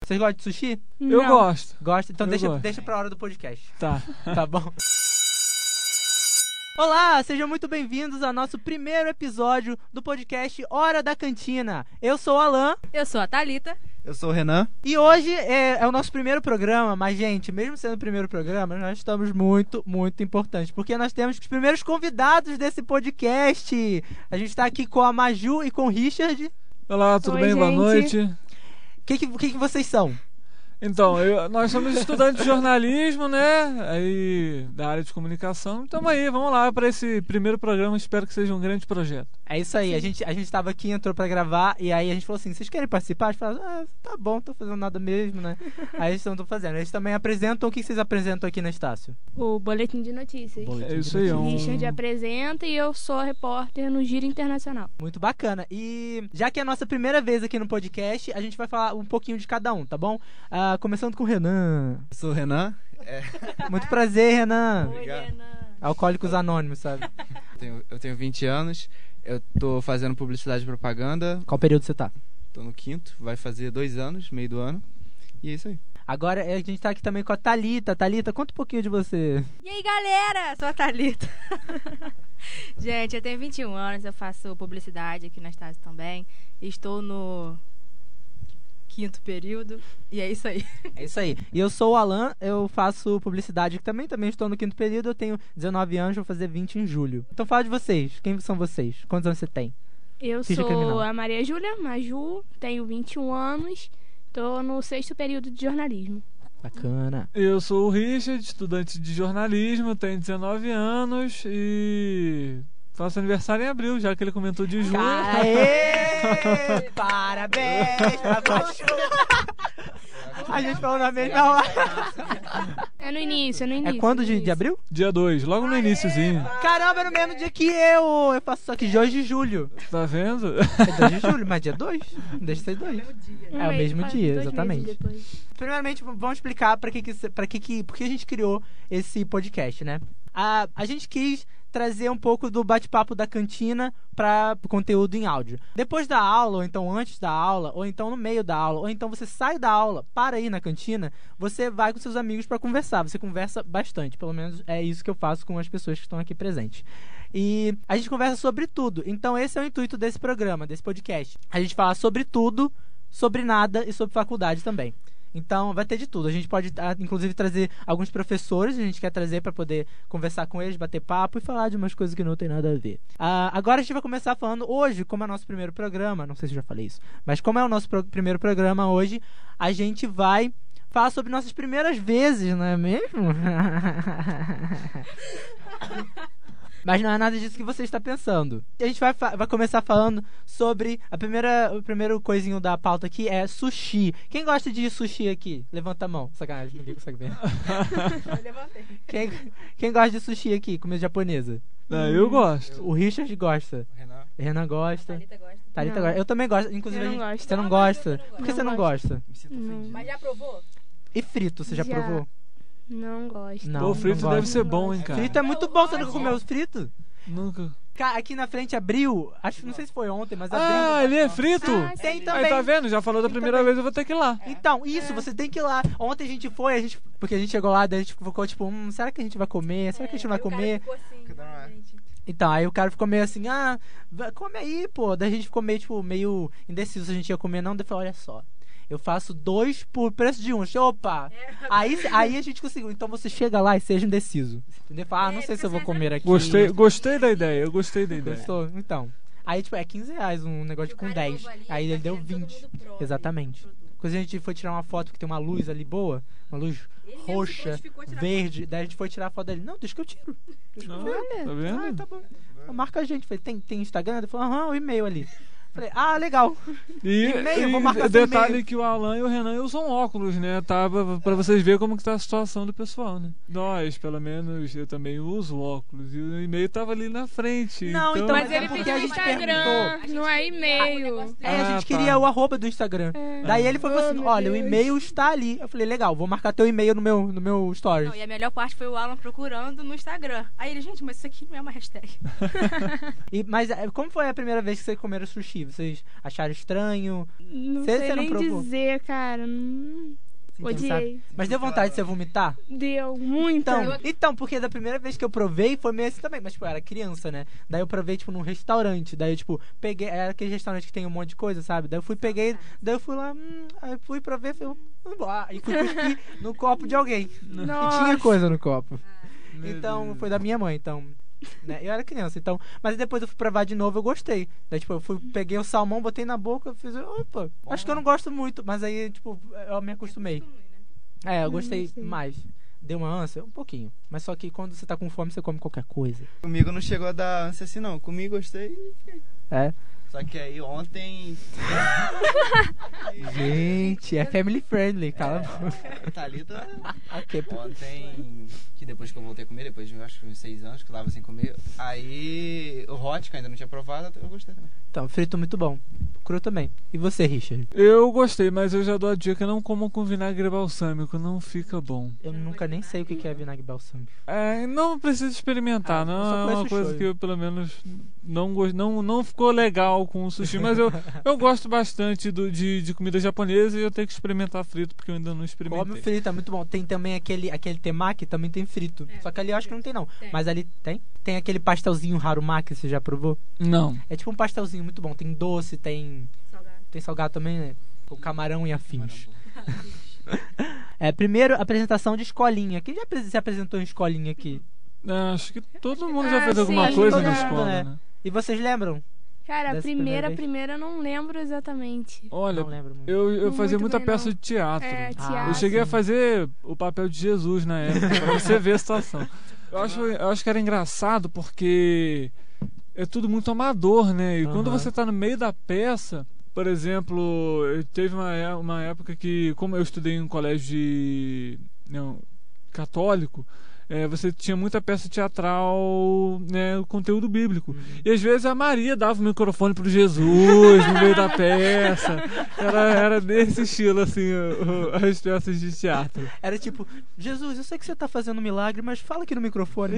Vocês gostam de sushi? Eu gosto. Gosta? Então Eu gosto. deixa pra hora do podcast. Tá. Tá bom. Olá, sejam muito bem-vindos ao nosso primeiro episódio do podcast Hora da Cantina. Eu sou o Alan. Eu sou a Thalita. Eu sou o Renan. E hoje é o nosso primeiro programa, mas, gente, mesmo sendo o primeiro programa, nós estamos muito, muito importantes, porque nós temos os primeiros convidados desse podcast. A gente tá aqui com a Maju e com o Richard. Olá, tudo Oi, bem? Boa gente. noite. O que vocês são? Então, nós somos estudantes de jornalismo, né? Aí, da área de comunicação. Então aí, vamos lá para esse primeiro programa. Espero que seja um grande projeto. É isso aí, a gente tava aqui, entrou pra gravar, e aí a gente falou assim, vocês querem participar? A gente falou, tá bom, tô fazendo nada mesmo, né? Aí eles estão fazendo. Eles também apresentam, o que vocês apresentam aqui na Estácio? O Boletim de Notícias. É isso aí, O Richard apresenta e eu sou a repórter no Giro Internacional. Muito bacana. E já que é a nossa primeira vez aqui no podcast, a gente vai falar um pouquinho de cada um, tá bom? Começando com o Renan. Eu sou o Renan. Muito prazer, Renan. Oi, Renan. Alcoólicos Anônimos, sabe? Eu tenho 20 anos. Eu tô fazendo publicidade e propaganda. Qual período você tá? Tô no 5º. Vai fazer 2 anos, meio do ano. E é isso aí. Agora a gente tá aqui também com a Thalita. Thalita, conta um pouquinho de você. E aí, galera? Sou a Thalita. Gente, eu tenho 21 anos, eu faço publicidade aqui na Estácio também. Estou no 5º período e é isso aí. É isso aí. E eu sou o Alan, eu faço publicidade também estou no 5º período, eu tenho 19 anos, vou fazer 20 em julho. Então fala de vocês, quem são vocês? Quantos anos você tem? Eu Ficha sou criminal. a Maria Júlia Maju, tenho 21 anos, tô no 6º período de jornalismo. Bacana. Eu sou o Richard, estudante de jornalismo, tenho 19 anos e faço aniversário em abril, já que ele comentou de julho. Aê! Parabéns pra Maju! A gente falou na mesma hora. É no início, no início. É quando no de início. abril? Dia 2, logo no iniciozinho. Caramba, no mesmo dia que eu! Eu faço só que 2 de julho. Tá vendo? É 2 de julho, mas dia 2? Não deixa de ser 2. É o mesmo Quase dia, 2 meses exatamente. depois. Primeiramente, vamos explicar por que a gente criou esse podcast, né? A gente quis trazer um pouco do bate-papo da cantina para conteúdo em áudio. Depois da aula, ou então antes da aula, ou então no meio da aula, ou então você sai da aula para ir na cantina, você vai com seus amigos para conversar. Você conversa bastante, pelo menos é isso que eu faço com as pessoas que estão aqui presentes. E a gente conversa sobre tudo. Então esse é o intuito desse programa, desse podcast. A gente fala sobre tudo, sobre nada e sobre faculdade também. Então vai ter de tudo. A gente pode inclusive trazer alguns professores, a gente quer trazer para poder conversar com eles, bater papo e falar de umas coisas que não tem nada a ver. Agora a gente vai começar falando hoje, como é o nosso primeiro programa, não sei se eu já falei isso, mas como é o nosso primeiro programa hoje, a gente vai falar sobre nossas primeiras vezes, não é mesmo? Mas não é nada disso que você está pensando. A gente vai começar falando sobre o primeiro coisinho da pauta aqui é sushi. Quem gosta de sushi aqui? Levanta a mão. Sacanagem, ninguém consegue ver. Eu levantei. Quem gosta de sushi aqui? Comida japonesa? Eu gosto. O Richard gosta. Renan. Renan gosta. Thalita gosta. Thalita Não. gosta. Eu também gosto. Inclusive, Eu não a gente, gosto. você não Não, gosta? mas eu não Por que você gosto. não gosta? Me sinto Não. ofendido. Mas já provou? E frito, você já Já. provou? Não gosto. Não. Pô, frito não deve gosto. ser bom, hein, cara. Frito é muito bom. Você nunca comeu frito? Nunca. Cara, aqui na frente abriu. Não sei se foi ontem, mas abriu. Ah, ele é frito? Tem sim. também. Aí tá vendo? Já falou da primeira vez, eu vou ter que ir lá. Então, isso, você tem que ir lá. Ontem a gente foi, porque a gente chegou lá, daí a gente ficou tipo, será que a gente vai comer? Será que a gente não vai comer? Ficou assim, Não é. gente. Então, aí o cara ficou meio assim, come aí, pô. Daí a gente ficou meio indeciso se a gente ia comer, não. Daí eu falei, olha só, eu faço 2 por preço de 1. Opa! Aí a gente conseguiu. Então você chega lá e seja indeciso. Entendeu? Fala, não sei se eu vou comer aqui. Gostei da ideia, eu gostei da ideia. Gostou? Então. Aí, tipo, é R$15 um negócio com 10. Aí ele deu 20. Exatamente. Quando a gente foi tirar uma foto que tem uma luz ali boa, uma luz roxa, verde, daí a gente foi tirar a foto dele. Não, deixa que eu tiro. Deixa que eu tiro. Tá vendo? Tá bom. Marca a gente. Falei, tem Instagram? Ele falou, o e-mail ali. Falei, legal. E-mail, vou marcar seu detalhe e-mail. que o Alan e o Renan usam óculos, né? Pra vocês verem como que tá a situação do pessoal, né? Nós, pelo menos, eu também uso óculos. E o e-mail tava ali na frente. Não, então, Mas é ele porque pediu a no gente Instagram, perguntou. não é e-mail. A gente tá. queria o arroba do Instagram. Daí ele falou assim, meu olha, o Deus. e-mail está ali. Eu falei, legal, vou marcar teu e-mail no meu stories. Não, e a melhor parte foi o Alan procurando no Instagram. Aí ele, gente, mas isso aqui não é uma hashtag. Mas como foi a primeira vez que vocês comeram sushi? Vocês acharam estranho? Não Você sei não nem provou? dizer, cara. Você sabe? Odiei. Mas deu vontade de você vomitar? Deu muito. Então, porque da primeira vez que eu provei foi meio assim também, mas tipo, eu era criança, né? Daí eu provei, tipo, num restaurante. Daí eu, tipo, peguei. Era aquele restaurante que tem um monte de coisa, sabe? Daí eu fui, peguei. Daí eu fui lá, aí eu fui provei, fui lá. E fui cuspir no copo de alguém. Nossa. E tinha coisa no copo. Meu Então, Deus. foi da minha mãe, então. Né? Eu era criança, então. Mas depois eu fui provar de novo, eu gostei. Daí, tipo, peguei o salmão, botei na boca, eu fiz. Opa, acho que eu não gosto muito, mas aí, tipo, eu me acostumei. Eu gostei gostei. mais. Deu uma ânsia? Um pouquinho. Mas só que quando você tá com fome, você come qualquer coisa. Comigo não chegou a dar ânsia assim, não. Comi, gostei. É. Só que aí ontem... Gente, é family friendly, cala a boca. Thalita... Ok. Ontem, que depois que eu voltei a comer, depois de acho que uns 6 anos que eu tava sem comer, aí o hot, que eu ainda não tinha provado, eu gostei também. Então, frito muito bom. Cru também. E você, Richard? Eu gostei, mas eu já dou a dica, não comam com vinagre balsâmico, não fica bom. Eu nunca nem sei o que é vinagre balsâmico. Não precisa experimentar, Eu só não é conheço uma o coisa shoyu. que eu pelo menos não ficou legal com o sushi, mas eu gosto bastante de comida japonesa e eu tenho que experimentar frito porque eu ainda não experimentei. Come frito, é muito bom. Tem também aquele temaki, também tem frito. Só que ali eu acho que não tem, não. Tem. Mas ali tem. Tem aquele pastelzinho harumaki, você já provou? Não. É tipo um pastelzinho muito bom. Tem doce, tem Salgado. salgado também, né? Com camarão e afins. Primeiro, apresentação de escolinha. Quem já se apresentou em escolinha aqui? Acho que todo mundo já fez sim, alguma coisa todo na mundo, escola, né? né? E vocês lembram? Cara, a Dessa primeira primeira eu não lembro exatamente. Olha, Não lembro muito. eu Não fazia muito muita bem, peça não. de teatro. Teatro. Eu cheguei a sim. fazer o papel de Jesus na época, pra você ver a situação. Eu acho que era engraçado porque é tudo muito amador, né? E quando Aham. você tá no meio da peça, por exemplo, teve uma época que, como eu estudei em um colégio católico, você tinha muita peça teatral, né, conteúdo bíblico. E às vezes a Maria dava o microfone pro Jesus no meio da peça. Era desse estilo, assim, as peças de teatro. Era tipo, Jesus, eu sei que você tá fazendo um milagre, mas fala aqui no microfone.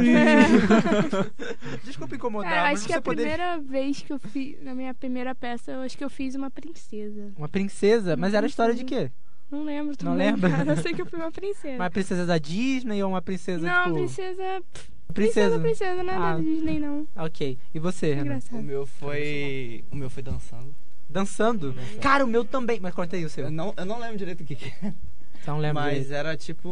Desculpa incomodar, Cara, mas acho que você a poderia... primeira vez que eu fiz, na minha primeira peça, eu acho que eu fiz uma princesa. Uma princesa? Mas era história de princesa. quê? Não lembro Não também, lembra? cara. Eu sei que eu fui uma princesa. Uma princesa da Disney ou uma princesa, Não, tipo... princesa. Princesa. Princesa, não é Ah. da Disney, não. Ok. E você, Renan? O Engraçado. meu foi dançando. Dançando? Cara, o meu também. Mas conta aí o seu. Eu não lembro direito o que é. Então lembra. Mas era tipo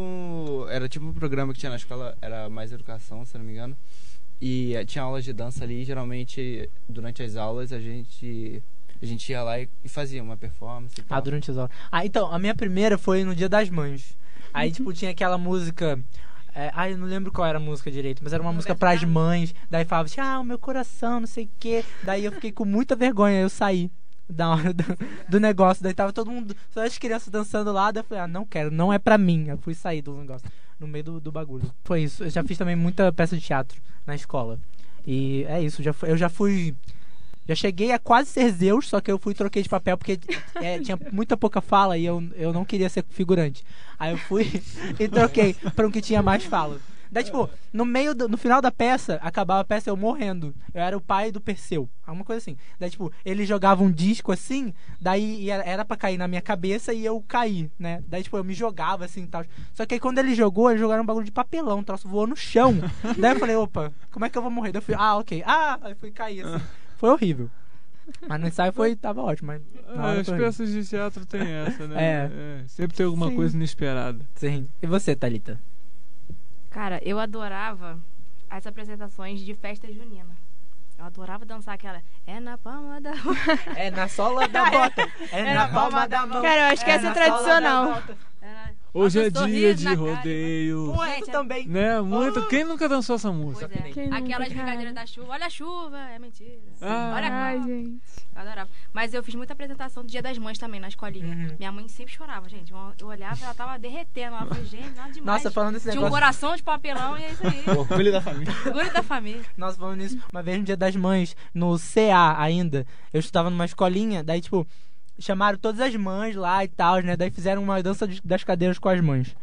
um programa que tinha na escola, era mais educação, se não me engano. E tinha aulas de dança ali, e geralmente durante as aulas a gente ia lá e fazia uma performance e tal. Durante as aulas. Então, a minha primeira foi no Dia das Mães. Aí, tipo, tinha aquela música... eu não lembro qual era a música direito, mas era uma música pras mães. Daí falava assim, o meu coração, não sei o quê. Daí eu fiquei com muita vergonha, eu saí da hora do negócio. Daí tava todo mundo, só as crianças dançando lá. Daí eu falei, não quero, não é pra mim. Eu fui sair do negócio, no meio do bagulho. Foi isso, eu já fiz também muita peça de teatro na escola. E é isso, eu já fui... Já cheguei a quase ser Zeus, só que eu troquei de papel porque tinha muita pouca fala e eu não queria ser figurante. Aí eu fui e troquei pra um que tinha mais fala. Daí, tipo, no final da peça, acabava a peça eu morrendo. Eu era o pai do Perseu, alguma coisa assim. Daí, tipo, ele jogava um disco assim, daí era pra cair na minha cabeça e eu caí, né? Daí, tipo, eu me jogava assim e tal. Só que aí quando ele jogaram um bagulho de papelão, o troço voou no chão. Daí eu falei, opa, como é que eu vou morrer? Daí eu fui, ok. Aí fui cair assim. Foi horrível. Mas no ensaio tava ótimo. Mas na hora As foi horrível. peças de teatro tem essa, né? Sempre tem alguma Sim. coisa inesperada. Sim. E você, Thalita? Cara, eu adorava as apresentações de festa junina. Eu adorava dançar aquela. É na palma da mão. É na sola da bota. É na palma da mão. Cara, eu acho que essa é na sola da tradicional. bota. Hoje é Olha o dia sorriso de na cara. rodeio. Pô, Gente, essa também. Né? Muito. Quem nunca dançou essa Pois música? é. Quem nunca, Aquelas cara? brincadeiras da chuva. Olha a chuva, é mentira. Ah. Olha a Ai, chuva. gente. Eu adorava. Mas eu fiz muita apresentação do Dia das Mães também na escolinha. Uhum. Minha mãe sempre chorava, gente. Eu olhava e ela tava derretendo. Ela falou, gente, nada demais. Nossa, falando desse Tinha um negócio. coração de papelão e é isso aí. Orgulho da família. Orgulho da família. Nossa, falando nisso, uma vez no Dia das Mães, no CA ainda, eu estudava numa escolinha, daí, tipo, chamaram todas as mães lá e tal, né? Daí fizeram uma dança das cadeiras com as mães.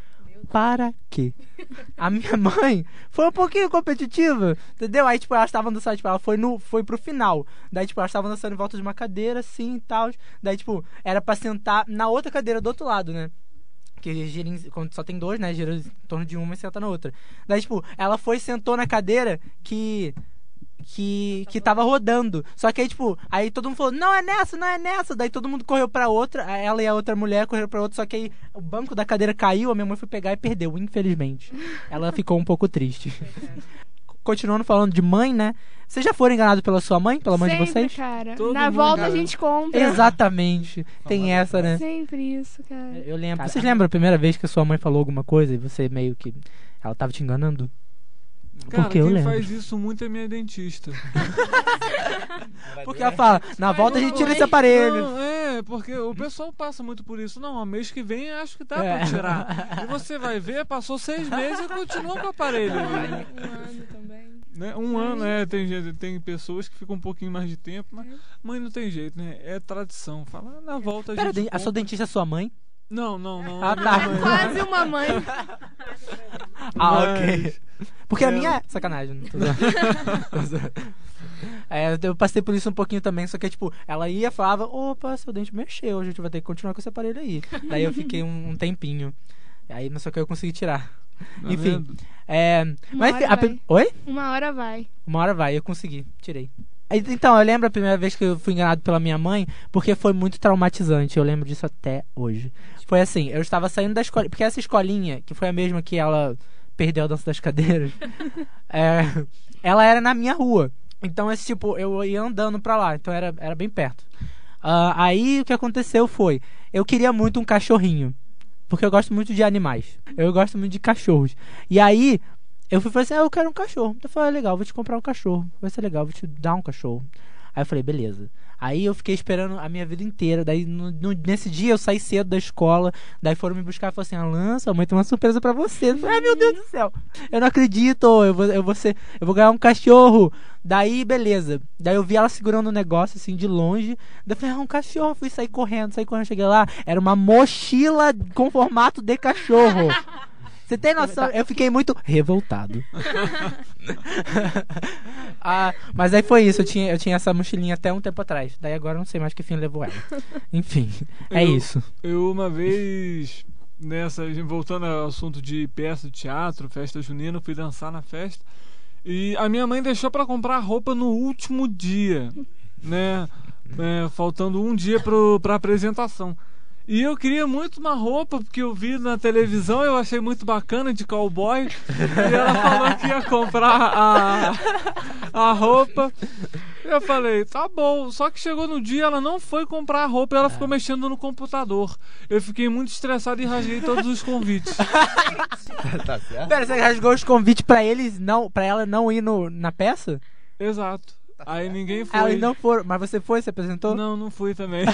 para quê? A minha mãe foi um pouquinho competitiva, entendeu? Aí, tipo, elas estavam dançando, tipo, ela foi pro final. Daí, tipo, elas estavam dançando em volta de uma cadeira, assim, e tal. Daí, tipo, era pra sentar na outra cadeira do outro lado, né? Que gira quando só tem dois, né? Gira em torno de uma e senta na outra. Daí, tipo, ela foi e sentou na cadeira que tava rodando. Só que aí, tipo, aí todo mundo falou, não é nessa. Daí todo mundo correu pra outra, ela e a outra mulher correram pra outra, só que aí o banco da cadeira caiu, a minha mãe foi pegar e perdeu, infelizmente. Ela ficou um pouco triste. Continuando falando de mãe, né? Vocês já foram enganados pela sua mãe? Pela mãe de vocês? Cara. Todo Na mundo volta engana. a gente compra. Exatamente. Tem essa, né? Sempre isso, cara. Eu lembro. Vocês lembram a primeira vez que a sua mãe falou alguma coisa e você meio que... ela tava te enganando? Cara, Porque eu quem lembro. faz isso muito é minha dentista. Porque ela fala, na volta a gente tira esse aparelho. Não, porque o pessoal passa muito por isso. Não, mês que vem acho que dá pra tirar. E você vai ver, passou 6 meses e continua com o aparelho. Um ano também. Né? Um ano, tem pessoas que ficam um pouquinho mais de tempo, mas mãe não tem jeito, né? É tradição. Fala, na volta a Pera, gente a sua dentista é sua mãe? Não. Ah, tá. É quase uma mãe. Ah, ok. Mas- Porque a minha é sacanagem. Não tô zoando. Eu passei por isso um pouquinho também, só que tipo, ela ia e falava, opa, seu dente mexeu, a gente vai ter que continuar com esse aparelho aí. Daí eu fiquei um tempinho. Aí não sei o que eu consegui tirar. Tá Enfim. vendo? Uma hora vai. Oi? Uma hora vai. Uma hora vai, eu consegui, tirei. Então, eu lembro a primeira vez que eu fui enganado pela minha mãe, porque foi muito traumatizante, eu lembro disso até hoje. Foi assim, eu estava saindo da escola, porque essa escolinha, que foi a mesma que ela perdeu a dança das cadeiras, ela era na minha rua. Então, esse tipo, eu ia andando pra lá, então era bem perto. Aí, o que aconteceu foi, eu queria muito um cachorrinho, porque eu gosto muito de animais, eu gosto muito de cachorros. E aí... eu falei assim, eu quero um cachorro. Eu falei, legal, vou te comprar um cachorro. Vai ser legal, vou te dar um cachorro. Aí eu falei, beleza. Aí eu fiquei esperando a minha vida inteira. Daí nesse dia eu saí cedo da escola. Daí foram me buscar e falaram assim, Alan, sua mãe tem uma surpresa pra você. Eu falei, ai meu Deus do céu, eu não acredito, eu vou ganhar um cachorro. Daí beleza. Daí eu vi ela segurando um negócio assim de longe. Daí eu falei, um cachorro. Fui sair correndo. Cheguei lá, era uma mochila com formato de cachorro. Você tem noção? Eu fiquei muito revoltado. Mas aí foi isso. Eu tinha essa mochilinha até um tempo atrás. Daí agora eu não sei mais que fim levou ela. Enfim, é isso. Eu uma vez, voltando ao assunto de peça de teatro, festa junina, eu fui dançar na festa. E a minha mãe deixou pra comprar roupa no último dia, né? Faltando um dia pra apresentação. E eu queria muito uma roupa, porque eu vi na televisão, eu achei muito bacana, de cowboy. E ela falou que ia comprar a roupa. Eu falei, tá bom. Só que chegou no dia, ela não foi comprar a roupa, ela ficou mexendo no computador. Eu fiquei muito estressado e rasguei todos os convites. Tá certo? Pera, você rasgou os convites pra ela não ir na peça? Exato. Aí ninguém foi. Elas não foram, mas você foi, você apresentou? Não fui também.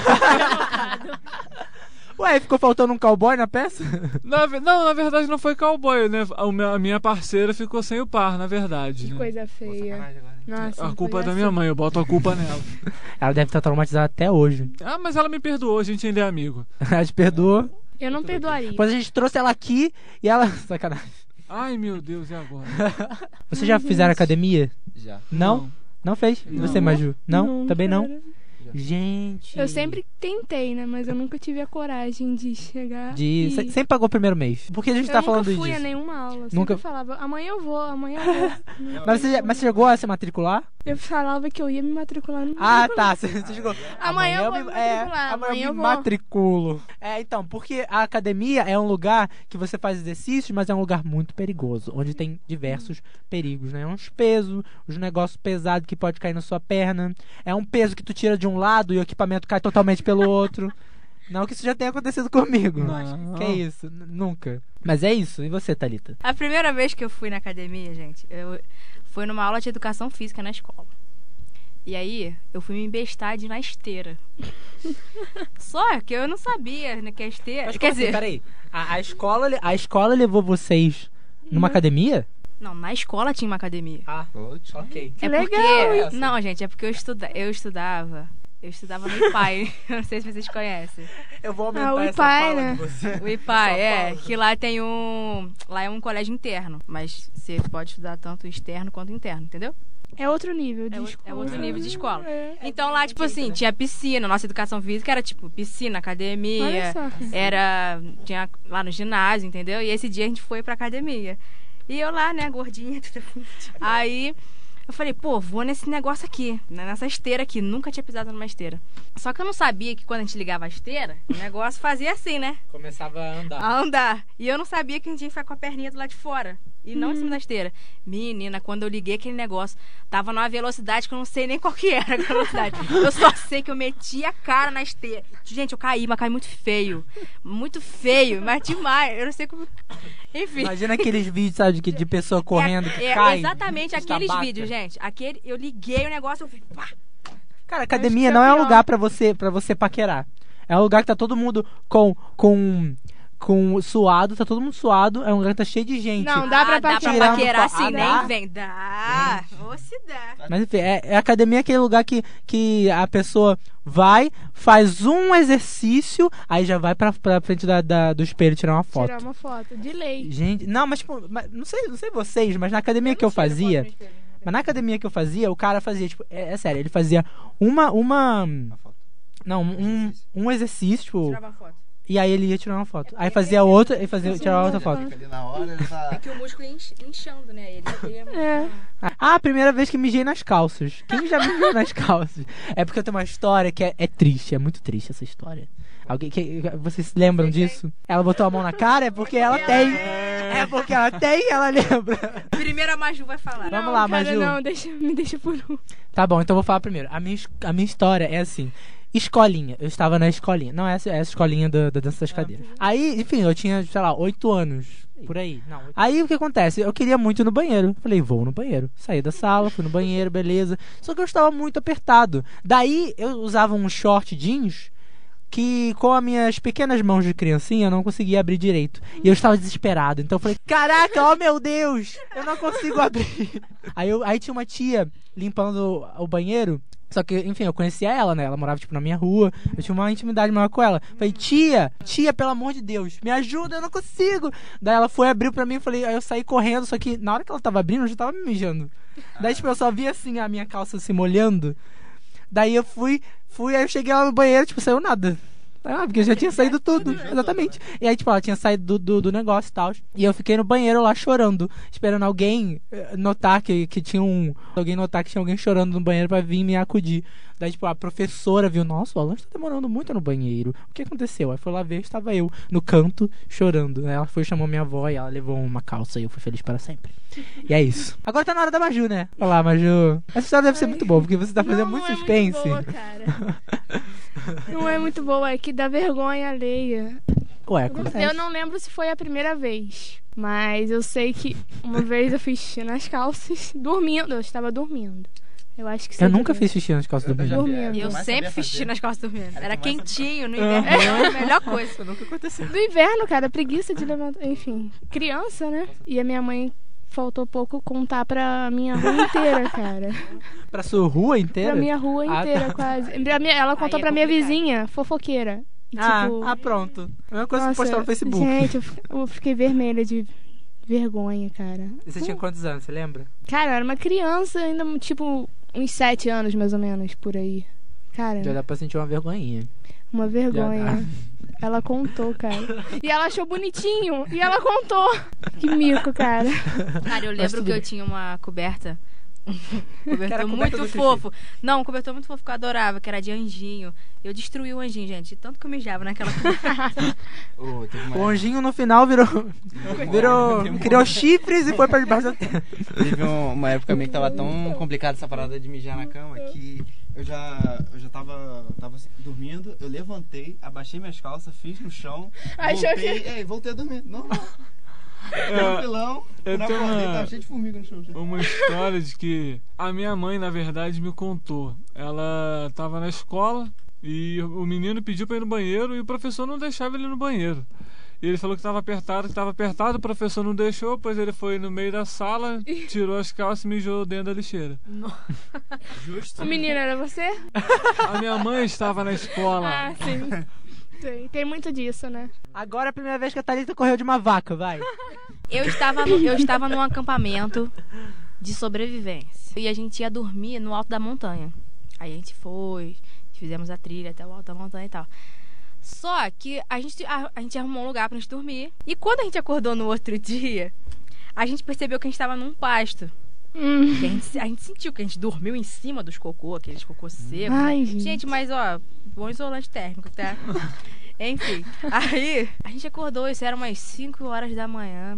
Ué, ficou faltando um cowboy na peça? Na verdade não foi cowboy, né? A minha parceira ficou sem o par, na verdade. Que né? coisa feia. Nossa, A culpa é coisa da minha feia. mãe, eu boto a culpa nela. Ela deve estar traumatizada até hoje. Mas ela me perdoou, a gente ainda é amigo. Ela te perdoou. Eu não perdoaria. Depois a gente trouxe ela aqui e ela... Sacanagem. Ai meu Deus, e agora? Vocês já fizeram academia? Já. Não? Não fez? E você, Maju? Não? Também não? cara. Gente... Eu sempre tentei, né? Mas eu nunca tive a coragem de chegar. Sempre pagou o primeiro mês. Por que a gente tá falando Eu nunca fui disso? a nenhuma aula. Eu Nunca- sempre falava, amanhã eu vou. Mas você chegou a se matricular? Eu falava que eu ia me matricular no Ah, tá. Você chegou. Amanhã eu vou me matricular, amanhã amanhã eu eu me vou. matriculo. Então, porque a academia é um lugar que você faz exercícios, mas é um lugar muito perigoso, onde tem diversos perigos, né? Uns pesos, uns negócios pesados que pode cair na sua perna. É um peso que tu tira de um lado e o equipamento cai totalmente pelo outro. Não que isso já tenha acontecido comigo. Não. Que isso? Nunca. Mas é isso. E você, Thalita? A primeira vez que eu fui na academia, gente, foi numa aula de educação física na escola. E aí, eu fui me embestar de ir na esteira. Só que eu não sabia, né, que a esteira... Mas Quer como assim? dizer, Peraí. A escola levou vocês numa academia? não, na escola tinha uma academia. Ah, ok. Que É legal porque... isso. Não, gente, é porque eu estudava Eu estudava no IPAI. Eu não sei se vocês conhecem. Eu vou aumentar o essa IPAI, fala né? de você. O IPAI, Essa que lá tem um... Lá é um colégio interno. Mas você pode estudar tanto externo quanto interno, entendeu? É outro nível de escola. É outro nível de escola. É. Então lá, tipo assim, tinha piscina. Nossa educação física era tipo piscina, academia. Olha só. Tinha lá no ginásio, entendeu? E esse dia a gente foi pra academia. E eu lá, né, gordinha. Aí eu falei, pô, vou nesse negócio aqui, né, nessa esteira aqui. Nunca tinha pisado numa esteira. Só que eu não sabia que quando a gente ligava a esteira, o negócio fazia assim, né? Começava a andar. A andar. E eu não sabia que a gente ia ficar com a perninha do lado de fora. E não em cima da esteira. Menina, quando eu liguei aquele negócio, tava numa velocidade que eu não sei nem qual que era a velocidade. Eu só sei que eu meti a cara na esteira. Gente, eu caí, mas caí muito feio. Muito feio, mas demais. Eu não sei como... Enfim. Imagina aqueles vídeos, sabe, de pessoa correndo que cai. Exatamente, aqueles estabaca. vídeos, gente. Eu liguei o negócio, eu fiz... Pá. Cara, academia Acho que não é é um pior. lugar pra você paquerar. É um lugar que tá todo mundo com suado, tá todo mundo suado. É um lugar que tá cheio de gente. Não, dá pra Dá pra paquerar. paquerar assim, Ah, nem dá? vem. Dá. Ou se dá. Mas enfim, academia é aquele lugar que a pessoa vai, faz um exercício, aí já vai pra frente do espelho tirar uma foto. Tirar uma foto, de lei. Gente, não, mas tipo, não sei vocês, mas na academia que eu fazia, mas na academia que eu fazia, o cara fazia, tipo, é sério, ele fazia um exercício, tipo, Tirava foto. e aí ele ia tirar uma foto. Aí fazia outra e tirava outra foto. Fica ali na hora, ele tá... É que o músculo ia inchando, né? Ele ia... É. Ah, a primeira vez que mijei nas calças. Quem já mijou nas calças? É porque eu tenho uma história que é triste, é muito triste essa história. Vocês se lembram disso? Ela botou a mão na cara, é porque ela tem. É porque ela tem e ela lembra. Primeiro a Maju vai falar. Vamos Não, lá, cara, Maju. Não, me deixa por um. Tá bom, então eu vou falar primeiro. A minha história é assim. Escolinha. Eu estava na escolinha. Não, essa escolinha da dança das cadeiras. Aí, enfim, eu tinha, sei lá, 8 anos. Por aí. Não, aí o que acontece? Eu queria muito ir no banheiro. Falei, vou no banheiro. Saí da sala, fui no banheiro, beleza. Só que eu estava muito apertado. Daí eu usava um short jeans que com as minhas pequenas mãos de criancinha eu não conseguia abrir direito. E eu estava desesperado. Então eu falei, caraca, oh meu Deus, eu não consigo abrir. Aí tinha uma tia limpando o banheiro. Só que, enfim, eu conhecia ela, né? Ela morava, tipo, na minha rua. Eu tinha uma intimidade maior com ela. Falei, tia, pelo amor de Deus, me ajuda, eu não consigo. Daí ela foi, abriu pra mim, aí eu saí correndo. Só que na hora que ela tava abrindo, eu já tava me mijando. Daí, tipo, eu só via, assim, a minha calça se molhando. Daí eu fui, aí eu cheguei lá no banheiro, tipo, saiu nada. Porque eu já tinha saído tudo, exatamente. E aí, tipo, ela tinha saído do negócio e tal. E eu fiquei no banheiro lá chorando, esperando alguém notar que tinha alguém notar que tinha alguém chorando no banheiro pra vir me acudir. Daí, tipo, a professora viu, nossa, o Alan tá demorando muito no banheiro. O que aconteceu? Aí foi lá ver, estava eu no canto chorando. Ela foi, chamou minha avó e ela levou uma calça e eu fui feliz para sempre. E é isso. Agora tá na hora da Maju, né? Olá, Maju. Essa história deve ser muito boa, porque você tá fazendo muito suspense. Não é muito boa, cara. Não é muito boa, é que dá vergonha alheia. Ué, acontece. Eu não lembro se foi a primeira vez, mas eu sei que uma vez eu fiz xixi nas calças, dormindo. Eu estava dormindo. Eu acho que Eu nunca fiz xixi nas calças do banheiro. Dormindo. Eu mais sempre sabia fiz xixi fazer. nas costas dormindo. Era mais quentinho no inverno. Era a melhor coisa. Isso nunca aconteceu. Do inverno, cara, preguiça de levantar. Enfim, criança, né? E a minha mãe faltou pouco contar pra minha rua inteira, cara. Pra sua rua inteira? Pra minha rua Ah, inteira, tá. quase. Ela contou Aí é pra minha complicado. vizinha, fofoqueira. E, tipo, Pronto. A mesma coisa que nossa, postar no Facebook. Gente, eu fiquei vermelha de vergonha, cara. E você tinha quantos anos, você lembra? Cara, eu era uma criança, ainda, tipo, uns 7 anos, mais ou menos, por aí. Cara, Já dá pra sentir uma vergonhinha. uma Já vergonha. Ela contou, cara. E ela achou bonitinho. E ela contou. Que mico, cara. Cara, eu Mas lembro tudo que eu bem. tinha uma coberta. Que era a Cobertor coberta muito do xixi. fofo. Não, um cobertor muito fofo que eu adorava, que era de anjinho. Eu destruí o anjinho, gente. Tanto que eu mijava naquela coberta. Teve uma O anjinho no final criou chifres e foi pra debaixo da terra. Teve uma época minha que tava tão complicada essa parada de mijar na cama que eu já tava dormindo, eu levantei, abaixei minhas calças, fiz no chão, Achou voltei a dormir. Normal. Tranquilão, eu quando eu tenho acordei, uma- tava cheio de formiga no chão. Uma história de que a minha mãe, na verdade, me contou. Ela tava na escola e o menino pediu pra ir no banheiro e o professor não deixava ele ir no banheiro. E ele falou que estava apertado, o professor não deixou, pois ele foi no meio da sala, tirou as calças e mijou dentro da lixeira. Justo. O menino era você? A minha mãe estava na escola. Ah, sim. Tem muito disso, né? Agora é a primeira vez que a Thalita correu de uma vaca, vai. Eu estava num acampamento de sobrevivência. E a gente ia dormir no alto da montanha. Aí a gente foi, fizemos a trilha até o alto da montanha e tal. Só que a gente arrumou um lugar pra gente dormir. E quando a gente acordou no outro dia, a gente percebeu que a gente tava num pasto. Que a gente sentiu que a gente dormiu em cima dos cocô, aqueles cocô secos. Ai, né? Gente, mas ó, bom isolante térmico, tá? Enfim, aí a gente acordou, isso era umas 5 horas da manhã.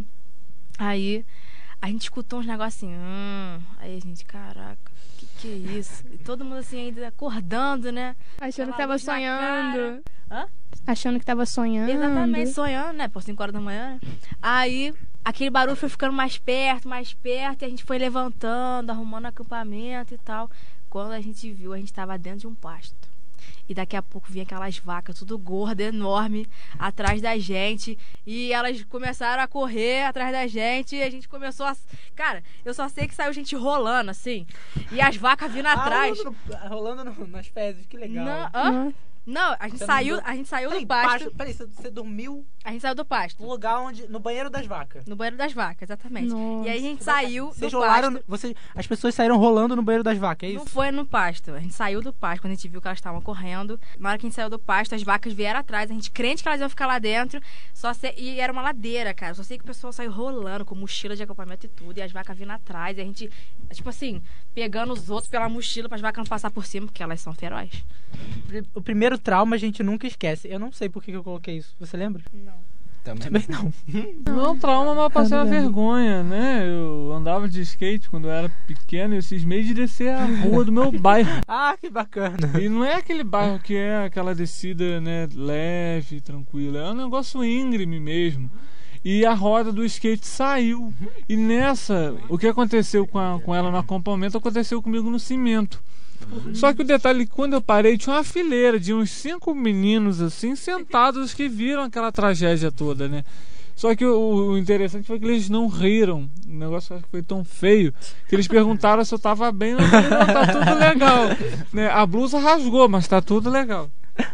Aí a gente escutou uns negocinhos. Aí a gente, caraca, que é isso? E todo mundo assim ainda acordando, né? Achando que Aquela tava luz na sonhando. Hã? Achando que tava sonhando. Exatamente, sonhando, né? Por 5 horas da manhã, né? Aí aquele barulho foi ficando mais perto, e a gente foi levantando, arrumando acampamento e tal. Quando a gente viu, a gente tava dentro de um pasto. E daqui a pouco vinha aquelas vacas, tudo gorda, enorme, atrás da gente. E elas começaram a correr atrás da gente. E a gente começou a... Cara, eu só sei que saiu gente rolando, assim. E as vacas vindo atrás. Rolando nas fezes, que legal. Não, a gente saiu do pasto. Peraí, você dormiu A gente saiu do pasto. no lugar onde... No banheiro das vacas. No banheiro das vacas, exatamente. Nossa. E aí a gente saiu Vocês do rolaram... pasto. As pessoas saíram rolando no banheiro das vacas, é Não isso? foi no pasto. A gente saiu do pasto quando a gente viu que elas estavam correndo. Na hora que a gente saiu do pasto, as vacas vieram atrás. A gente crente que elas iam ficar lá dentro. E era uma ladeira, cara. Só sei que o pessoal saiu rolando com mochila de acampamento e tudo. E as vacas vindo atrás. E a gente, tipo assim, pegando os outros pela mochila para as vacas não passar por cima, porque elas são ferozes. O primeiro trauma a gente nunca esquece. Eu não sei por que eu coloquei isso. Você lembra? Não. Também não. Não, trauma, mas passei uma vergonha, né? Eu andava de skate quando eu era pequeno e eu cismei de descer a rua do meu bairro. Ah, que bacana. E não é aquele bairro que é aquela descida, né, leve, tranquila. É um negócio íngreme mesmo. E a roda do skate saiu. E nessa, o que aconteceu com ela no acampamento aconteceu comigo no cimento. Só que o detalhe é que quando eu parei tinha uma fileira de uns 5 meninos assim sentados que viram aquela tragédia toda, né? Só que o interessante foi que eles não riram. O negócio foi tão feio que eles perguntaram se eu tava bem. Eu falei, não, tá tudo legal, né? A blusa rasgou, mas tá tudo legal.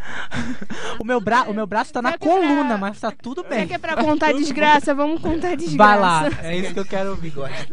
O meu braço tá na coluna, mas tá tudo bem. Já que é pra contar desgraça, vamos contar desgraça. Vai lá, é isso que eu quero ouvir.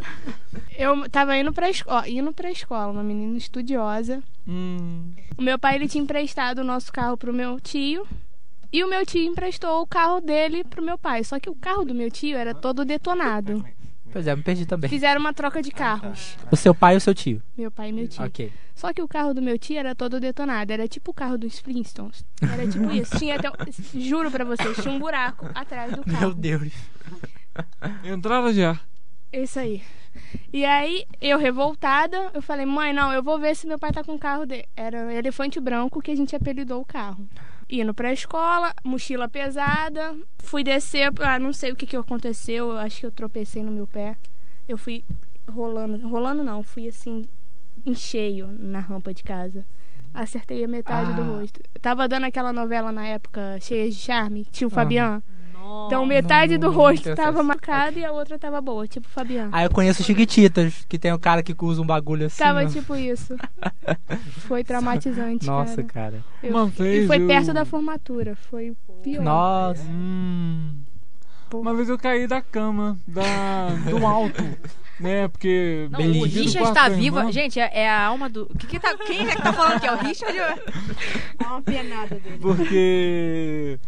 Eu tava indo pra escola, uma menina estudiosa. O meu pai, ele tinha emprestado o nosso carro pro meu tio. E o meu tio emprestou o carro dele pro meu pai. Só que o carro do meu tio era todo detonado. Pois é, me perdi também. Fizeram uma troca de carros. O seu pai e o seu tio? Meu pai e meu tio. Ok. Só que o carro do meu tio era todo detonado. Era tipo o carro dos Flintstones. Era tipo isso. Tinha até, juro pra vocês, tinha um buraco atrás do carro. Meu Deus. Entrada de ar. Isso aí. E aí, eu revoltada, eu falei, mãe, não, eu vou ver se meu pai tá com o carro dele. Era elefante branco que a gente apelidou o carro. Indo pra escola, mochila pesada, fui descer, não sei o que aconteceu, eu acho que eu tropecei no meu pé. Eu fui rolando não, fui assim, em cheio na rampa de casa. Acertei a metade do rosto. Tava dando aquela novela na época, Cheia de Charme, tio Fabian. Então metade do rosto tava marcada e a outra tava boa, tipo Fabian. Ah, eu conheço Chiquititas, que tem o cara que usa um bagulho assim. Tava ó. tipo isso. Foi traumatizante, Nossa, cara. Uma vez E foi eu- perto da formatura, foi o pior. Nossa. Uma vez eu caí da cama, do alto, né? Porque Não, eu o divido Richard quarto tá com a vivo. irmã. Gente, é a alma do... Quem é que tá falando que é o Richard? É uma penada dele. Porque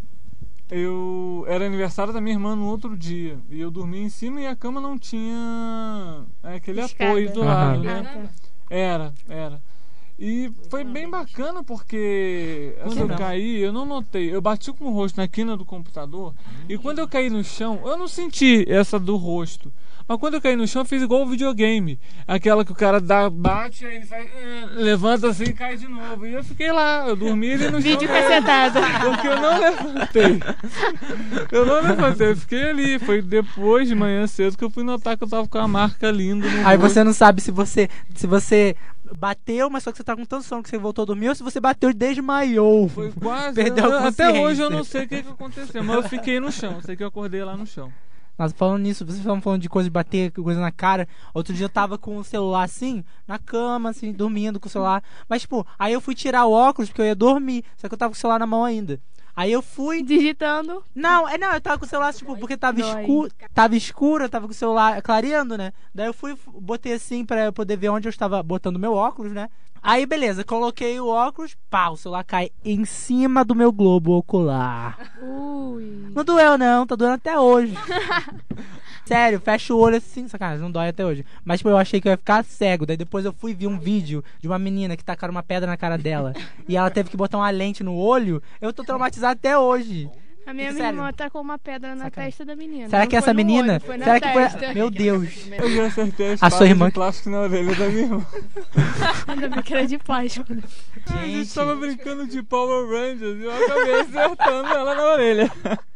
era aniversário da minha irmã no outro dia. E eu dormi em cima e a cama não tinha aquele Escada. apoio do lado, Aham. né? Ah, tá. Era. E foi bem bacana porque quando eu caí, eu não notei. Eu bati com o rosto na quina do computador e quando eu caí no chão, eu não senti essa do rosto. Mas quando eu caí no chão, eu fiz igual o videogame. Aquela que o cara bate, aí ele faz, levanta assim e cai de novo. E eu fiquei lá, eu dormi ali no Vídeo chão. cacetado. Porque eu não levantei. Eu fiquei ali. Foi depois de manhã cedo que eu fui notar que eu tava com a marca linda no Aí rosto. você não sabe se você bateu, mas só que você tá com tanto sono que você voltou a dormir, ou se você bateu e desmaiou. Foi quase. Perdeu a Até consciência. hoje eu não sei o que aconteceu, mas eu fiquei no chão. Sei que eu acordei lá no chão. Nossa, falando nisso, vocês estavam falando de coisa de bater, coisa na cara. Outro dia eu tava com o celular assim, na cama, assim, dormindo com o celular. Mas, tipo, aí eu fui tirar o óculos porque eu ia dormir. Só que eu tava com o celular na mão ainda. Aí eu fui. Digitando. Não, eu tava com o celular, tipo, porque tava Dói. escuro, eu tava com o celular clareando, né? Daí eu fui, botei assim pra eu poder ver onde eu estava botando meu óculos, né? Aí, beleza, coloquei o óculos, pá, o celular cai em cima do meu globo ocular. Ui. Não doeu não, tá doendo até hoje. Sério, fecha o olho assim, sacanagem, não dói até hoje. Mas, tipo, eu achei que eu ia ficar cego. Daí depois eu fui ver um vídeo de uma menina que tacaram uma pedra na cara dela. E ela teve que botar uma lente no olho. Eu tô traumatizado até hoje. A minha Sério. irmã tacou uma pedra na testa da menina. Será Não que essa foi no menina... olho, foi na será que testa. foi... Meu Deus. Eu já acertei a A espada sua irmã de que- plástico na orelha da minha irmã. Ainda bem que era de plástico. Né? A gente Gente, tava brincando de Power Rangers e eu acabei acertando ela na orelha.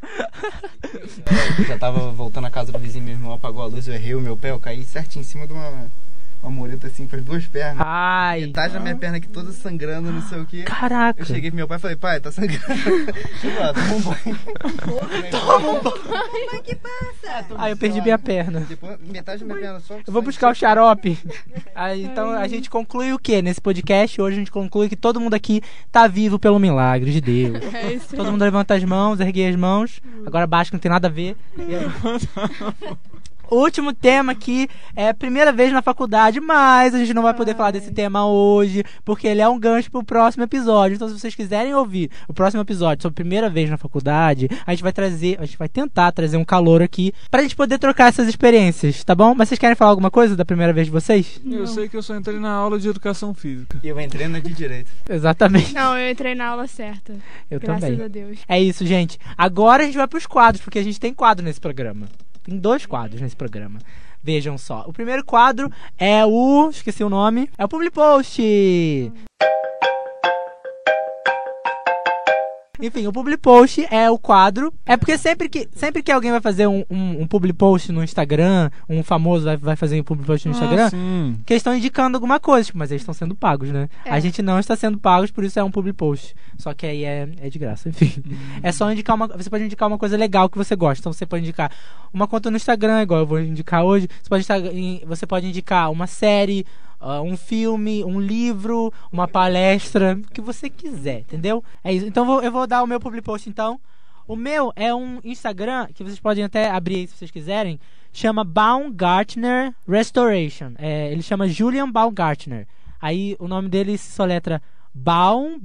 Eu já tava voltando à casa do vizinho, meu irmão apagou a luz, eu errei o meu pé, eu caí certinho em cima de uma mureta assim com as duas pernas. ai. Metade da minha perna aqui toda sangrando, não sei o que. Caraca. Eu cheguei pro meu pai e falei, pai, tá sangrando. Tipo, toma um banho. Toma um banho. Ai, eu perdi minha perna. Depois, metade da minha perna só. Eu vou buscar o xarope. Aí, então a gente conclui o quê nesse podcast? Hoje a gente conclui que todo mundo aqui tá vivo pelo milagre de Deus. É isso. Todo mundo levanta as mãos, ergue as mãos. Agora baixa que não tem nada a ver. E aí- O último tema aqui é a primeira vez na faculdade, mas a gente não vai poder falar desse tema hoje, porque ele é um gancho pro próximo episódio. Então, se vocês quiserem ouvir o próximo episódio sobre primeira vez na faculdade, a gente vai tentar trazer um calor aqui pra gente poder trocar essas experiências, tá bom? Mas vocês querem falar alguma coisa da primeira vez de vocês? Eu sei que eu só entrei na aula de educação física. E eu entrei na de direito. Exatamente. Não, eu entrei na aula certa. Eu Graças também. a Deus. É isso, gente. Agora a gente vai pros quadros, porque a gente tem quadro nesse programa. Tem 2 quadros nesse programa. Vejam só. O primeiro quadro é o... esqueci o nome. É o Public Post. Enfim, o Public Post é o quadro. É porque sempre que alguém vai fazer um Public Post no Instagram, um famoso vai fazer um Public Post no Instagram, Sim. que eles estão indicando alguma coisa, tipo, mas eles estão sendo pagos, né? É. A gente não está sendo pagos, por isso é um public post. Só que aí é de graça, enfim. É só indicar você pode indicar uma coisa legal que você gosta. Então você pode indicar uma conta no Instagram, igual eu vou indicar hoje. Você pode indicar uma série, um filme, um livro, uma palestra, o que você quiser, entendeu? É isso. Então eu vou dar o meu public post, então. O meu é um Instagram, que vocês podem até abrir aí se vocês quiserem, chama Baumgartner Restoration. Ele chama Julian Baumgartner. Aí o nome dele se soletra Baum,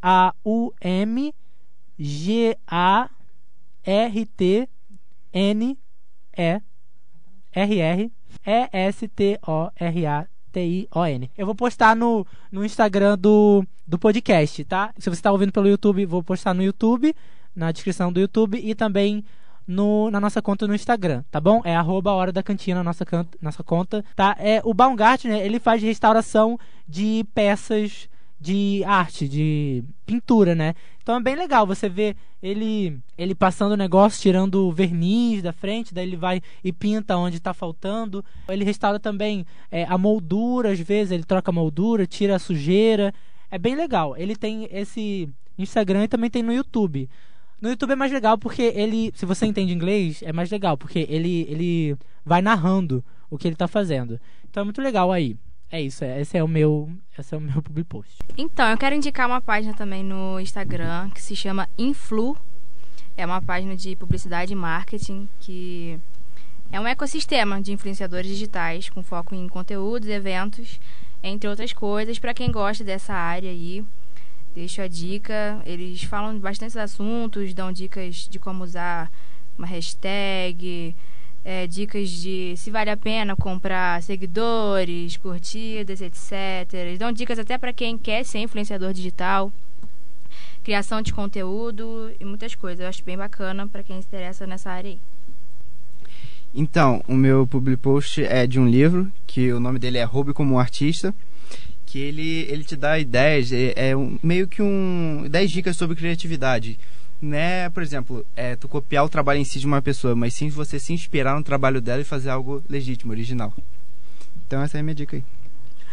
Baumgartner-RestorAtion. Eu vou postar no Instagram do podcast, tá? Se você tá ouvindo pelo YouTube, vou postar no YouTube, na descrição do YouTube e também na nossa conta no Instagram, tá bom? É @Hora da Cantina, nossa conta, tá? O Baumgartner, ele faz restauração de peças de arte, de pintura, né? Então é bem legal você ver ele passando o negócio, tirando o verniz da frente, daí ele vai e pinta onde tá faltando. Ele restaura também a moldura, às vezes ele troca a moldura, tira a sujeira. É bem legal. Ele tem esse Instagram e também tem no YouTube. No YouTube é mais legal porque se você entende inglês, é mais legal, porque ele vai narrando o que ele tá fazendo. Então é muito legal aí. É isso, esse é o meu public post. Então, eu quero indicar uma página também no Instagram que se chama Influ. É uma página de publicidade e marketing que é um ecossistema de influenciadores digitais com foco em conteúdos, eventos, entre outras coisas. Para quem gosta dessa área aí, deixo a dica. Eles falam de bastantes assuntos, dão dicas de como usar uma hashtag, dicas de se vale a pena comprar seguidores, curtidas, etc. Eles dão dicas até para quem quer ser influenciador digital, criação de conteúdo e muitas coisas. Eu acho bem bacana para quem se interessa nessa área aí. Então, o meu public post é de um livro, que o nome dele é Roube como um Artista, que ele te dá ideias, meio que 10 dicas sobre criatividade. Não é, por exemplo, tu copiar o trabalho em si de uma pessoa, mas sim você se inspirar no trabalho dela e fazer algo legítimo, original. Então essa é a minha dica aí.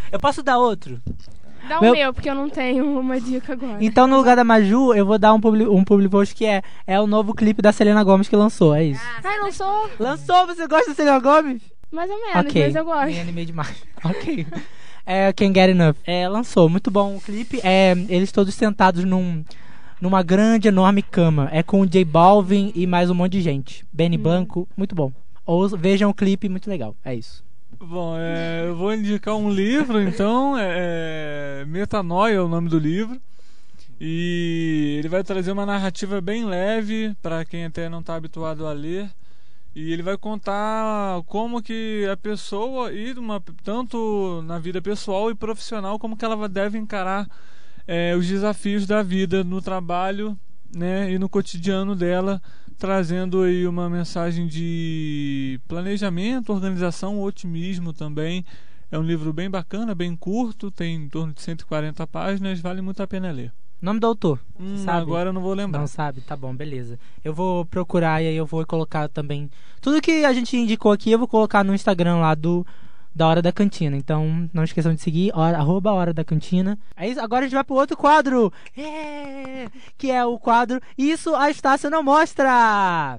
Eu posso dar outro? Dá o Meu- meu, porque eu não tenho uma dica agora. Então, no lugar da Maju, eu vou dar um public post que é o novo clipe da Selena Gomez que lançou, é isso. Ai, não sou. Lançou, você gosta da Selena Gomez? Mais ou menos, Ok, mas eu gosto. me animei demais. Ok. Can't Get Enough. Lançou, muito bom o clipe. Eles todos sentados numa grande, enorme cama. É com o J Balvin e mais um monte de gente. Benny Blanco, muito bom. Vejam o clipe, muito legal. É isso. Bom, eu vou indicar um livro, então, Metanoia é o nome do livro, e ele vai trazer uma narrativa bem leve para quem até não está habituado a ler, e ele vai contar como que a pessoa, tanto na vida pessoal e profissional, como que ela deve encarar os desafios da vida no trabalho, né, e no cotidiano dela, trazendo aí uma mensagem de planejamento, organização, otimismo também. É um livro bem bacana, bem curto, tem em torno de 140 páginas, vale muito a pena ler. Nome do autor? Você sabe? Agora eu não vou lembrar. Não sabe? Tá bom, beleza. Eu vou procurar e aí eu vou colocar também... Tudo que a gente indicou aqui eu vou colocar no Instagram lá da Hora da Cantina. Então, não esqueçam de seguir, @Hora da Cantina. É isso, agora a gente vai pro outro quadro. Que é o quadro Isso a Estácio Não Mostra.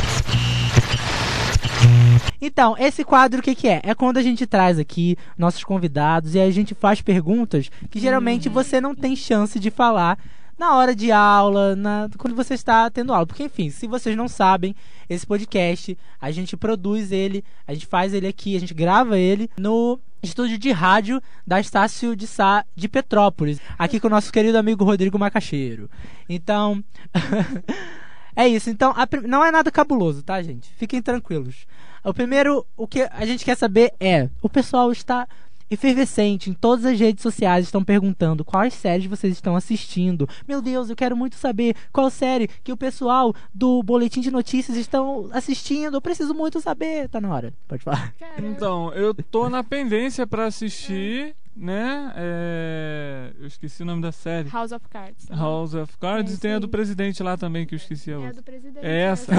Então, esse quadro o que é? É quando a gente traz aqui nossos convidados e aí a gente faz perguntas que geralmente você não tem chance de falar na hora de aula, quando você está tendo aula. Porque, enfim, se vocês não sabem, esse podcast, a gente produz ele, a gente faz ele aqui, a gente grava ele no estúdio de rádio da Estácio de Sá de Petrópolis, aqui com o nosso querido amigo Rodrigo Macaxeiro. Então, é isso. Então, não é nada cabuloso, tá, gente? Fiquem tranquilos. O primeiro, o que a gente quer saber o pessoal está efervescente em todas as redes sociais, estão perguntando quais séries vocês estão assistindo. Meu Deus, eu quero muito saber qual série que o pessoal do Boletim de Notícias estão assistindo. Eu preciso muito saber. Tá na hora, pode falar. Então, eu tô na pendência pra assistir, né? Eu esqueci o nome da série. House of Cards. House of Cards, e tem a do presidente lá também, que eu esqueci a É a outra. do presidente. É essa?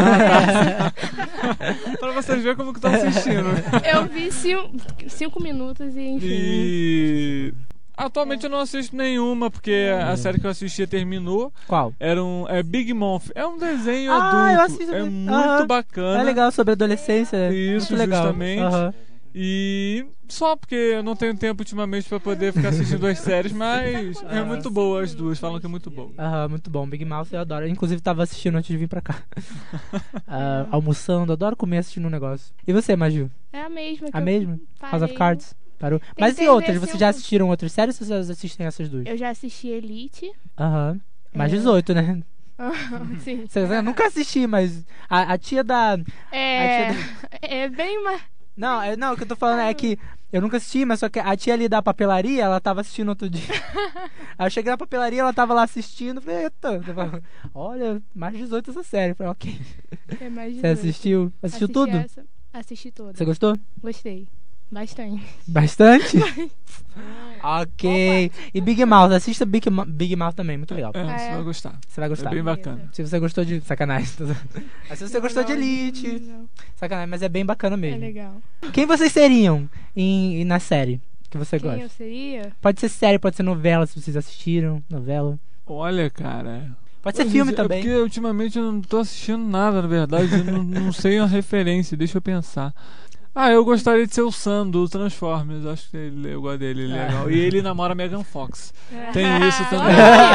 Pra vocês verem como que tá assistindo. Eu vi 5 minutos e enfim. E atualmente eu não assisto nenhuma, porque a série que eu assistia terminou. Qual? É Big Mouth. É um desenho Eu adulto. assisto. É muito bacana. É legal, sobre adolescência. Isso, muito legal. justamente. E só porque eu não tenho tempo ultimamente pra poder ficar assistindo as séries, mas é muito boa as duas, falam que é muito boa. Muito bom. Big Mouth eu adoro. Inclusive tava assistindo antes de vir pra cá. Almoçando, adoro comer assistindo um negócio. E você, Maju? É a mesma. Que A eu mesma? House of parei. Cards? Parou. Mas e Tentei outras? ver Vocês se já eu- assistiram outras séries ou vocês assistem essas duas? Eu já assisti Elite. Mais 18, né? Sim. Eu nunca assisti, mas a tia da... É bem mais. Não, o que eu tô falando é que eu nunca assisti, mas só que a tia ali da papelaria, ela tava assistindo outro dia. Aí eu cheguei na papelaria, ela tava lá assistindo, falei, eita, eu falei, olha, mais 18 essa série. Eu falei, ok. É mais Você assistiu? Assistiu tudo? Assisti toda. Você gostou? Gostei. Bastante. Bastante? Ok. E Big Mouth, assista Big Mouth também, muito legal. Você vai gostar. Você vai gostar. É bem bacana. Se você gostou de... Sacanagem. Mas se você gostou de Elite... Não. Sacanagem, mas é bem bacana É mesmo. legal. Quem vocês seriam na série que você Quem gosta? eu seria? Pode ser série, pode ser novela, se vocês assistiram. Novela. Olha, cara. Pode ser filme É também. porque ultimamente eu não tô assistindo nada, na verdade. Eu não sei a referência, deixa eu pensar. Eu gostaria de ser o Sam do Transformers. Acho que eu gosto dele, ele é legal. E ele namora a Megan Fox. Tem isso também.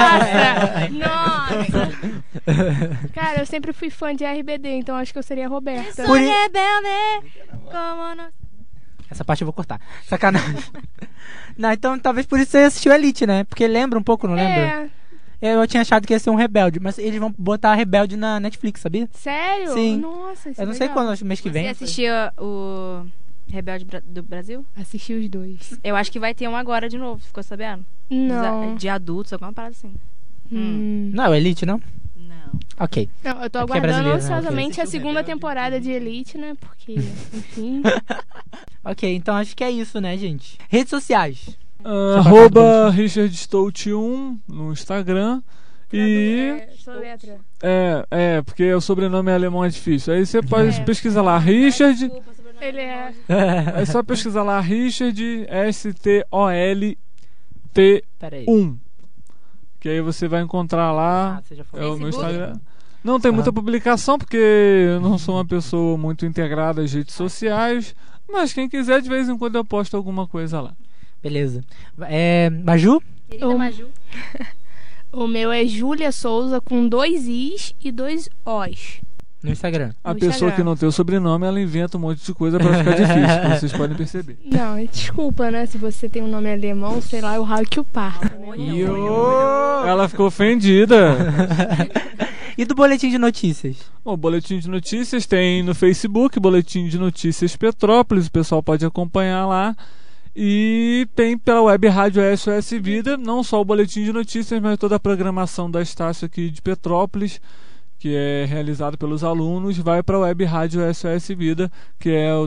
Nossa! Cara, eu sempre fui fã de RBD, então acho que eu seria a Roberta. Por i- Como não... Essa parte eu vou cortar. Sacanagem. Não, então talvez por isso você assistiu Elite, né? Porque lembra um pouco, não lembra? Eu tinha achado que ia ser um Rebelde, mas eles vão botar Rebelde na Netflix, sabia? Sério? Sim. Nossa, isso Eu não é sei legal. quando, acho que mês que vem. Você assistia o Rebelde do Brasil? Assisti os dois. Eu acho que vai ter um agora de novo, ficou sabendo? Não. De adultos, alguma parada assim. Não, é o Elite, não? Não. Ok. Não, eu tô É porque é aguardando brasileiro, né? ansiosamente a segunda temporada de Elite, né? Porque, enfim. Ok, então acho que é isso, né, gente? Redes sociais. @Richard Stout 1 no Instagram. E Sua letra. porque o sobrenome alemão é difícil. Aí você pode pesquisar lá, Richard. Ele é. É só pesquisar lá, Richard, STOLT1. Peraí. Que aí você vai encontrar lá. Você já É falou. o meu Facebook? Instagram. Não tem muita publicação, porque eu não sou uma pessoa muito integrada às redes sociais. Mas quem quiser, de vez em quando eu posto alguma coisa lá. Beleza. Maju? Querida Maju. O meu é Júlia Souza com 2 Is e 2 Os. No Instagram. A No pessoa Instagram. que não tem o sobrenome, ela inventa um monte de coisa pra ficar difícil, como vocês podem perceber. Não, desculpa, né? Se você tem um nome alemão, sei lá, o raio que o parta. Ela ficou ofendida. E do boletim de notícias? Bom, Boletim de Notícias tem no Facebook, Boletim de Notícias Petrópolis, o pessoal pode acompanhar lá. E tem pela web rádio SOS Vida, não só o Boletim de Notícias, mas toda a programação da Estácio aqui de Petrópolis, que é realizado pelos alunos, vai para a web rádio SOS Vida, que é o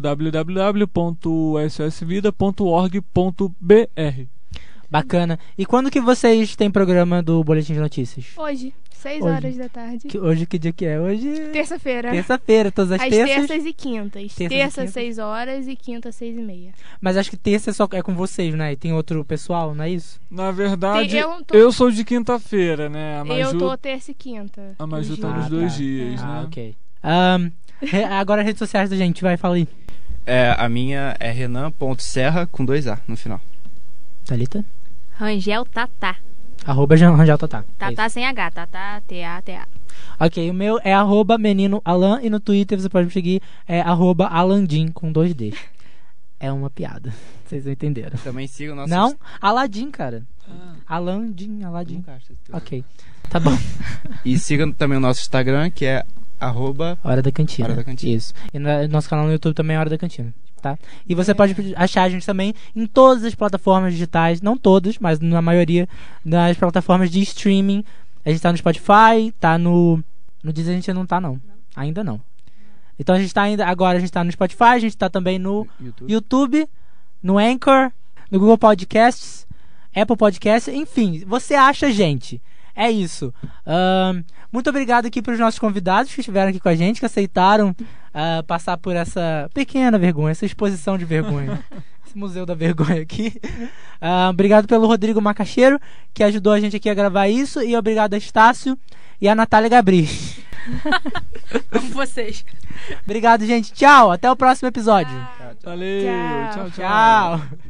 www.sosvida.org.br. Bacana. E quando que vocês têm programa do boletim de notícias? Hoje, 6 Hoje. horas da tarde. Hoje que dia que é? Hoje? Terça-feira. Terça-feira, todas as Às terças. terças e quintas. Terças e Terça, quintas. 6 horas e quinta, 6:30. Mas acho que terça só é com vocês, né? E tem outro pessoal, não é isso? Na verdade, Sim, eu sou de quinta-feira, né? A Eu Maju, tô terça e quinta. a Maju Os tá dias. nos 2 dias, né? Ok. Agora as redes sociais da gente, vai, fala aí. A minha é renan.serra com 2A no final. Thalita? Rangel Tatá. @Rangel Tatá. É Tatá sem H. Tatá, T-A-T-A. isso. Ok, o meu é @meninoalan e no Twitter você pode me seguir, @alandim com 2 Ds. É uma piada, vocês não entenderam. Também siga o nosso... Não? Aladim, cara. Alandim. Nunca acho isso. Ok, tá bom. E siga também o nosso Instagram, que é Hora da Cantina. Hora da Cantina. Isso. E no nosso canal no YouTube também é Hora da Cantina, tá? E você pode achar a gente também em todas as plataformas digitais, não todas, mas na maioria das plataformas de streaming. A gente tá no Spotify, tá no Deezer a gente não tá não. Ainda não. Então a gente tá agora a gente tá no Spotify, a gente tá também no YouTube, no Anchor, no Google Podcasts, Apple Podcasts, enfim, você acha a gente. É isso. Muito obrigado aqui para os nossos convidados que estiveram aqui com a gente, que aceitaram passar por essa pequena vergonha, essa exposição de vergonha. Esse museu da vergonha aqui. Obrigado pelo Rodrigo Macaxeiro, que ajudou a gente aqui a gravar isso. E obrigado a Estácio e a Natália Gabri. Amo vocês. Obrigado, gente. Tchau. Até o próximo episódio. Valeu, tchau. Tchau.